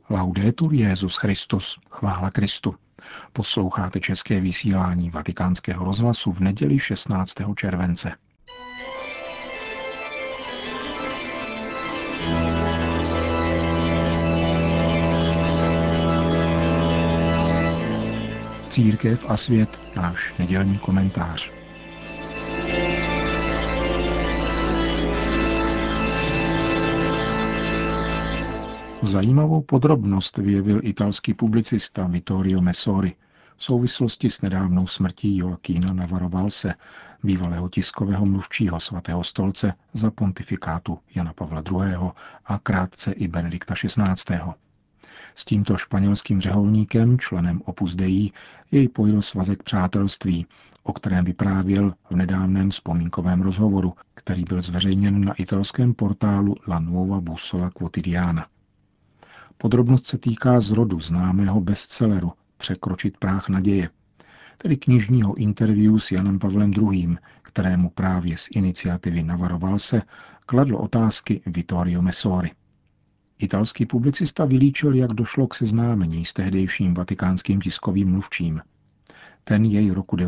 Laudetur Jesus Christus, chvála Kristu. Posloucháte české vysílání Vatikánského rozhlasu v neděli 16. července. Církev a svět, náš nedělní komentář. Zajímavou podrobnost vyjevil italský publicista Vittorio Messori v souvislosti s nedávnou smrtí Joaquina Navarro Valse, bývalého tiskového mluvčího svatého stolce za pontifikátu Jana Pavla II. A krátce i Benedikta XVI. S tímto španělským řeholníkem, členem Opus Dei, jej pojil svazek přátelství, o kterém vyprávěl v nedávném vzpomínkovém rozhovoru, který byl zveřejněn na italském portálu La Nuova Bussola Quotidiana. Podrobnost se týká zrodu známého bestselleru Překročit práh naděje, tedy knižního interview s Janem Pavlem II., kterému právě z iniciativy Navarro Valse kladl otázky Vittorio Messori. Italský publicista vylíčil, jak došlo k seznámení s tehdejším vatikánským tiskovým mluvčím. Ten jej roku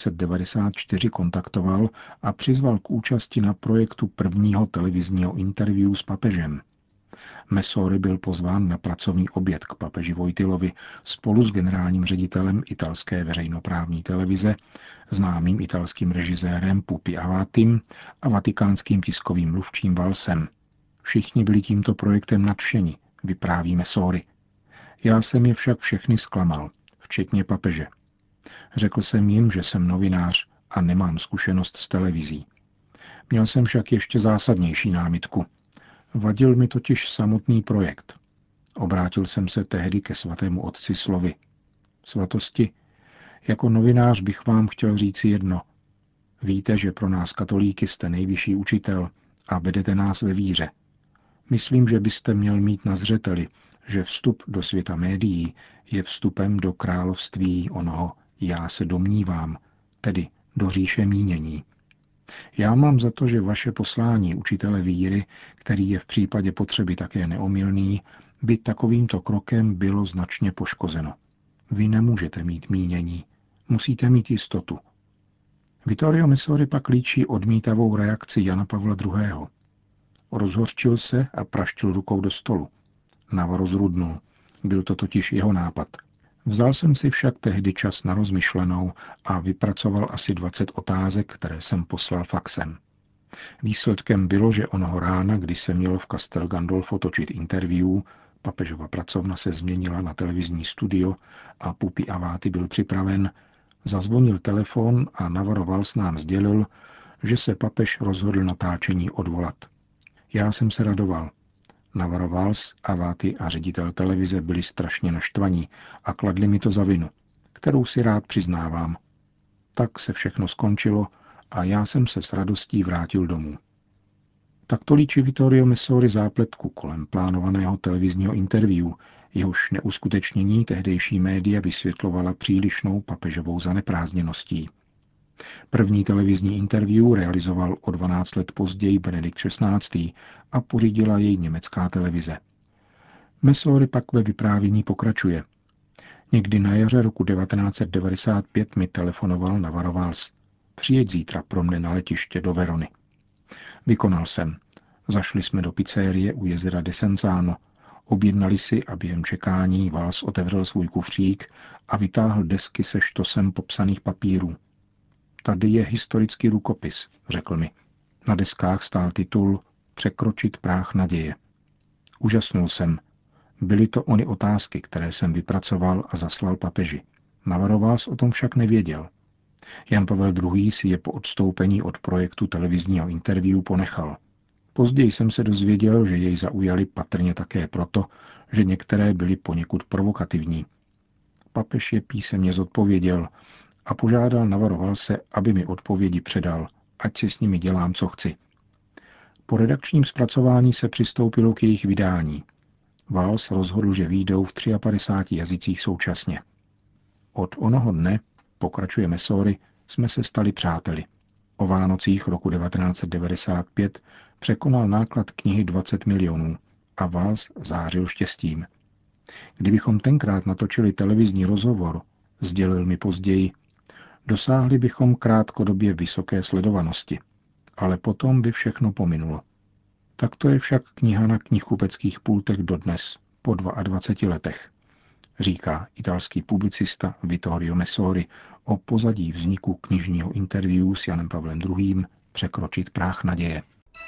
1994 kontaktoval a přizval k účasti na projektu prvního televizního interview s papežem. Messori byl pozván na pracovní oběd k papeži Vojtilovi spolu s generálním ředitelem italské veřejnoprávní televize, známým italským režisérem Pupi Avatim a vatikánským tiskovým mluvčím Valsem. Všichni byli tímto projektem nadšeni, vypráví Messori. Já jsem je však všechny zklamal, včetně papeže. Řekl jsem jim, že jsem novinář a nemám zkušenost s televizí. Měl jsem však ještě zásadnější námitku. Vadil mi totiž samotný projekt. Obrátil jsem se tehdy ke svatému otci slovy. Svatosti, jako novinář bych vám chtěl říci jedno. Víte, že pro nás katolíky jste nejvyšší učitel a vedete nás ve víře. Myslím, že byste měl mít na zřeteli, že vstup do světa médií je vstupem do království onoho já se domnívám, tedy do říše mínění. Já mám za to, že vaše poslání učitele víry, který je v případě potřeby také neomylný, by takovýmto krokem bylo značně poškozeno. Vy nemůžete mít mínění, musíte mít jistotu. Vittorio Messori pak líčí odmítavou reakci Jana Pavla II. Rozhořčil se a praštil rukou do stolu. Navarro zrudnul. Byl to totiž jeho nápad. Vzal jsem si však tehdy čas na rozmyšlenou a vypracoval asi 20 otázek, které jsem poslal faxem. Výsledkem bylo, že onoho rána, kdy se mělo v Castel Gandolfo točit interview, papežova pracovna se změnila na televizní studio a Pupi Avati byl připraven, zazvonil telefon a Navarro Valse nám sdělil, že se papež rozhodl natáčení odvolat. Já jsem se radoval. Navarro Valse, Avati a ředitel televize byli strašně naštvaní a kladli mi to za vinu, kterou si rád přiznávám. Tak se všechno skončilo a já jsem se s radostí vrátil domů. Takto líčí Vittorio Messori zápletku kolem plánovaného televizního interview, jehož neuskutečnění tehdejší média vysvětlovala přílišnou papežovou zaneprázdněností. První televizní interview realizoval o 12 let později Benedikt XVI. A pořídila jej německá televize. Messori pak ve vyprávění pokračuje. Někdy na jaře roku 1995 mi telefonoval Navarro Valse. Přijeď zítra pro mne na letiště do Verony. Vykonal jsem. Zašli jsme do pizzerie u jezera Desenzano. Objednali si a během čekání Valse otevřel svůj kufřík a vytáhl desky se štosem popsaných papírů. Tady je historický rukopis, řekl mi. Na deskách stál titul Překročit práh naděje. Úžasnul jsem. Byly to ony otázky, které jsem vypracoval a zaslal papeži. Navarro Valse o tom však nevěděl. Jan Pavel II. Si je po odstoupení od projektu televizního interview ponechal. Později jsem se dozvěděl, že jej zaujali patrně také proto, že některé byly poněkud provokativní. Papež je písemně zodpověděl a požádal Navarro Valse, aby mi odpovědi předal, ať si s nimi dělám, co chci. Po zpracování se přistoupilo k jejich vydání. Valse rozhodl, že vyjdou v 53 jazycích současně. Od onoho dne, pokračuje Messori, jsme se stali přáteli. O Vánocích roku 1995 překonal náklad knihy 20 milionů a Valse zářil štěstím. Kdybychom tenkrát natočili televizní rozhovor, sdělil mi později, dosáhli bychom krátkodobě vysoké sledovanosti, ale potom by všechno pominulo. Tak to je však kniha na knihkupeckých pultech dodnes, po 22 letech, říká italský publicista Vittorio Messori o pozadí vzniku knižního interview s Janem Pavlem II. Překročit práh naděje.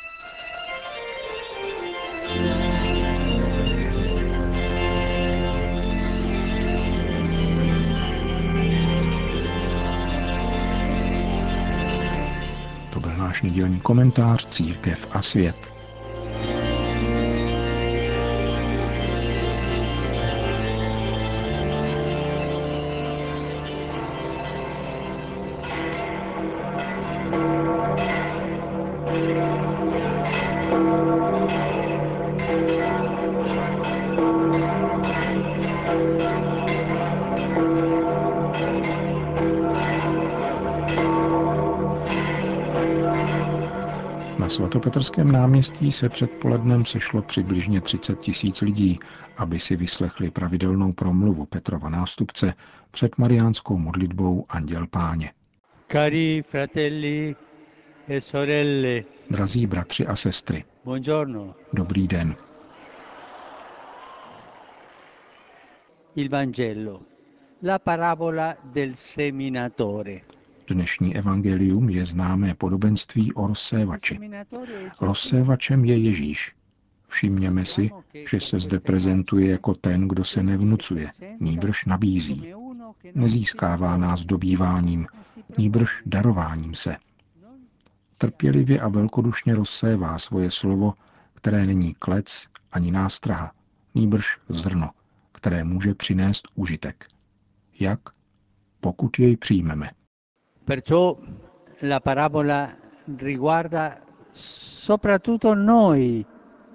To byl náš nedělní komentář Církev a svět. Na svatopetrském náměstí se předpolednem sešlo přibližně 30 000 lidí, aby si vyslechli pravidelnou promluvu Petrova nástupce před mariánskou modlitbou Anděl Páně. Cari fratelli e sorelle. Drazí bratři a sestry. Buongiorno. Dobrý den. Il Vangelo. La parabola del seminatore. Dnešní evangelium je známé podobenství o rozsévači. Rozsévačem je Ježíš. Všimněme si, že se zde prezentuje jako ten, kdo se nevnucuje, nýbrž nabízí. Nezískává nás dobýváním, nýbrž darováním se. Trpělivě a velkodušně rozsévá svoje slovo, které není klec ani nástraha, nýbrž zrno, které může přinést užitek. Jak? Pokud jej přijmeme. Perciò la parabola riguarda soprattutto noi.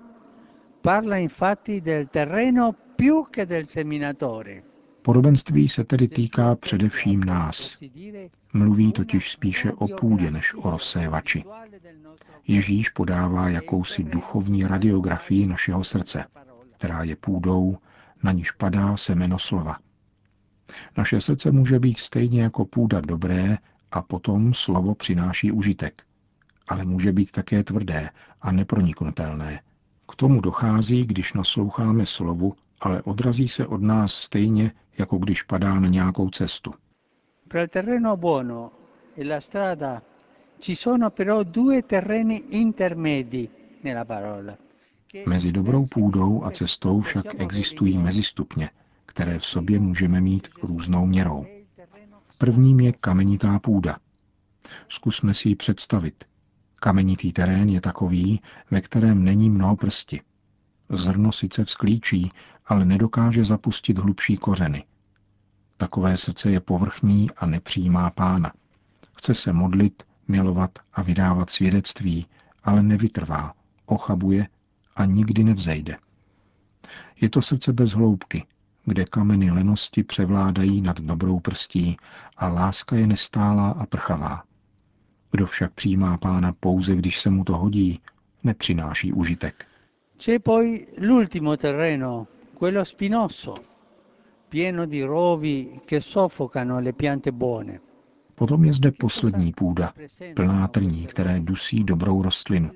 Parla infatti del terreno più che del seminatore. Podobenství se tedy týká především nás. Mluví totiž spíše o půdě než o rozsévači. Ježíš podává jakousi duchovní radiografii našeho srdce, která je půdou, na níž padá semeno slova. Naše srdce může být stejně jako půda dobré a potom slovo přináší užitek, ale může být také tvrdé a neproniknutelné. K tomu dochází, když nasloucháme slovu, ale odrazí se od nás stejně, jako když padá na nějakou cestu. Tra il terreno buono e la strada ci sono però due terreni intermedi nella parola. Mezi dobrou půdou a cestou však existují mezistupně, které v sobě můžeme mít různou měrou. Prvním je kamenitá půda. Zkusme si ji představit. Kamenitý terén je takový, ve kterém není mnoho prsti. Zrno sice vzklíčí, ale nedokáže zapustit hlubší kořeny. Takové srdce je povrchní a nepřijímá Pána. Chce se modlit, milovat a vydávat svědectví, ale nevytrvá, ochabuje a nikdy nevzejde. Je to srdce bez hloubky, kde kameny lenosti převládají nad dobrou prstí a láska je nestálá a prchavá. Kdo však přijímá Pána pouze, když se mu to hodí, nepřináší užitek. C'è poi l'ultimo terreno, quello spinoso, pieno di rovi che soffocano le piante buone. Potom je zde poslední půda, plná trní, které dusí dobrou rostlinu.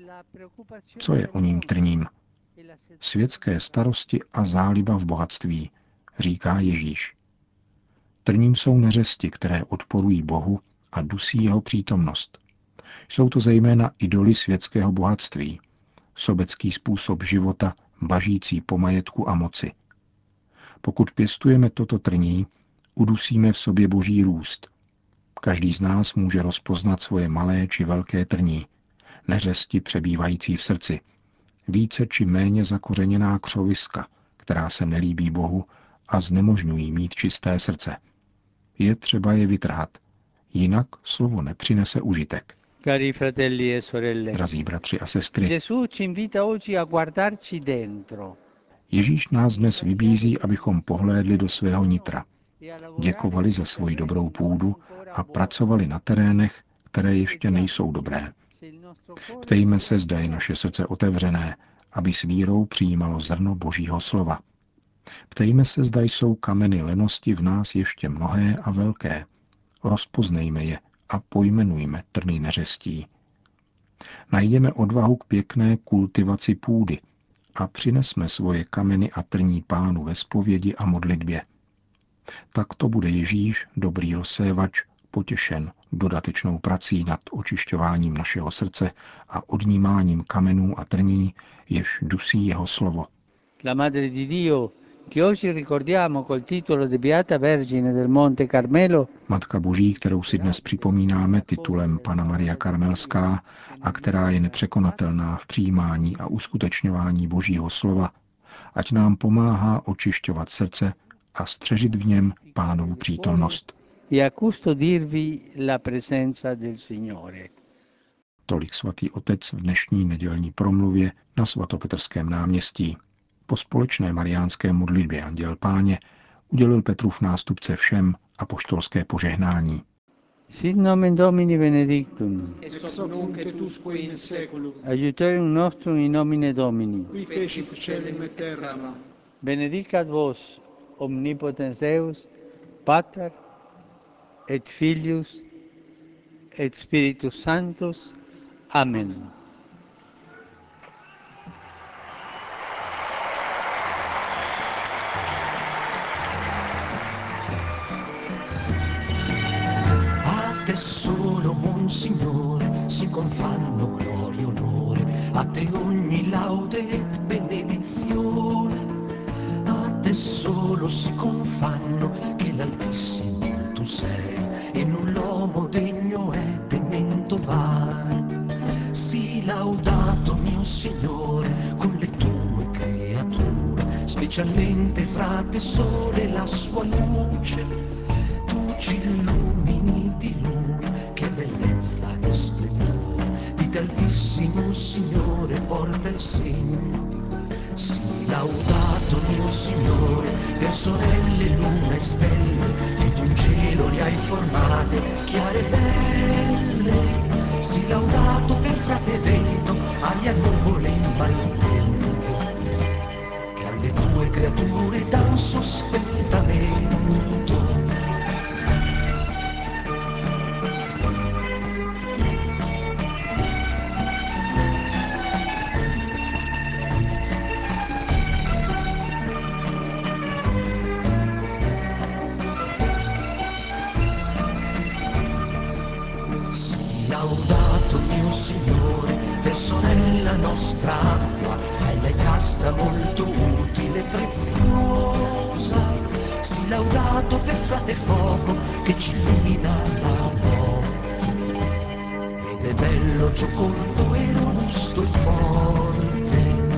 Co je o ním trním? Světské starosti a záliba v bohatství, říká Ježíš. Trním jsou neřesti, které odporují Bohu a dusí jeho přítomnost. Jsou to zejména idoly světského bohatství, sobecký způsob života, bažící po majetku a moci. Pokud pěstujeme toto trní, udusíme v sobě boží růst. Každý z nás může rozpoznat svoje malé či velké trní, neřesti přebývající v srdci, více či méně zakořeněná křoviska, která se nelíbí Bohu a znemožňují mít čisté srdce. Je třeba je vytrhat, jinak slovo nepřinese užitek. Cari fratelli e sorelle. Drazí bratři a sestry, Gesù ci invita oggi a guardarci dentro. Ježíš nás dnes vybízí, abychom pohlédli do svého nitra, děkovali za svoji dobrou půdu a pracovali na terénech, které ještě nejsou dobré. Ptejme se, zda je naše srdce otevřené, aby s vírou přijímalo zrno Božího slova. Ptejme se, zda jsou kameny lenosti v nás ještě mnohé a velké. Rozpoznejme je a pojmenujme trny neřestí. Najděme odvahu k pěkné kultivaci půdy a přinesme svoje kameny a trní Pánu ve zpovědi a modlitbě. Takto bude Ježíš, dobrý rozsévač, potěšen dodatečnou prací nad očišťováním našeho srdce a odnímáním kamenů a trní, jež dusí jeho slovo. La Madre di Dio, che oggi ricordiamo col titolo di Beata Vergine del Monte Carmelo, Matka Boží, kterou si dnes připomínáme titulem Panna Maria Karmelská a která je nepřekonatelná v přijímání a uskutečňování Božího slova, ať nám pomáhá očišťovat srdce a střežit v něm Pánovu přítomnost. e a custodirvi la presenza del Signore. Tolik svatý otec v dnešní nedělní promluvě na svatopetrském náměstí. Po společné mariánské modlitbě Anděl Páně udělil Petrův nástupce všem apoštolské požehnání. Sit nomen Domini benedictum, Ex hoc nunc et usque in seculum, aiuterium nostrum in nomine Domini. qui fecit caelum et terram, Benedicat vos, omnipotens Deus, Pater, et Filius, et Spiritus Sanctus. Amen. A te solo, Monsignore, si confanno gloria e onore, a te ogni laude et benedizione. A te solo si confanno che l'Altissimo tu sei, e null'uomo degno è temento vai. Sii laudato, mio Signore, con le tue creature, specialmente fra te sole la sua luce. Tu ci illumini di lui, che bellezza e splendore, di te Altissimo Signore porta il segno. Sii laudato, mio Signore, per sorelle, luna e stelle, che d'un cielo le hai formate, chiare e belle. Sii laudato per frate vento, aria, nuvole in maltempo, che alle tue creature dan sostentamento. Laudato, mio Signore, per sorella nostra acqua, ella è casta, molto utile e preziosa. Sii laudato per frate fuoco, che ci illumina la notte, ed è bello, giocondo e robusto e forte.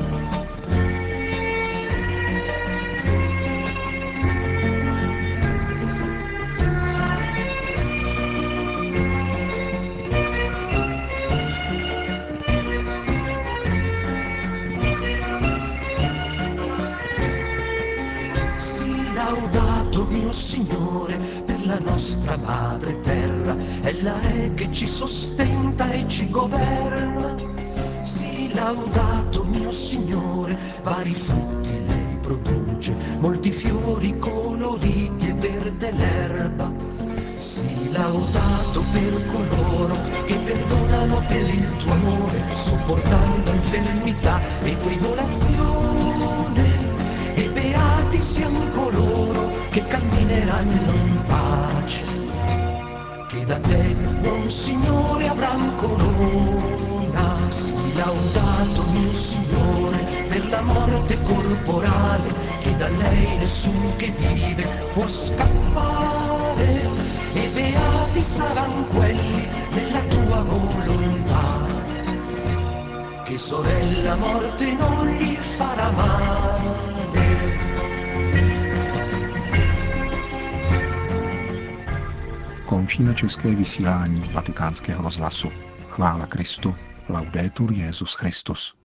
Laudato, mio Signore, per la nostra madre terra, ella è che ci sostenta e ci governa. Sii laudato, mio Signore, vari frutti lei produce, molti fiori coloriti e verde l'erba. Sii laudato per coloro che perdonano per il tuo amore, sopportando infermità e tribolazione. E beati siano coloro che cammineranno in pace, che da te, buon Signore, avran corona. Sii laudato, mio Signore, per la morte corporale, che da lei nessun che vive può scappare. E beati saranno quelli nella tua volontà, che sorella morte non gli farà male. Končíme české vysílání Vatikánského rozhlasu. Chvála Kristu. Laudetur Jesus Christus.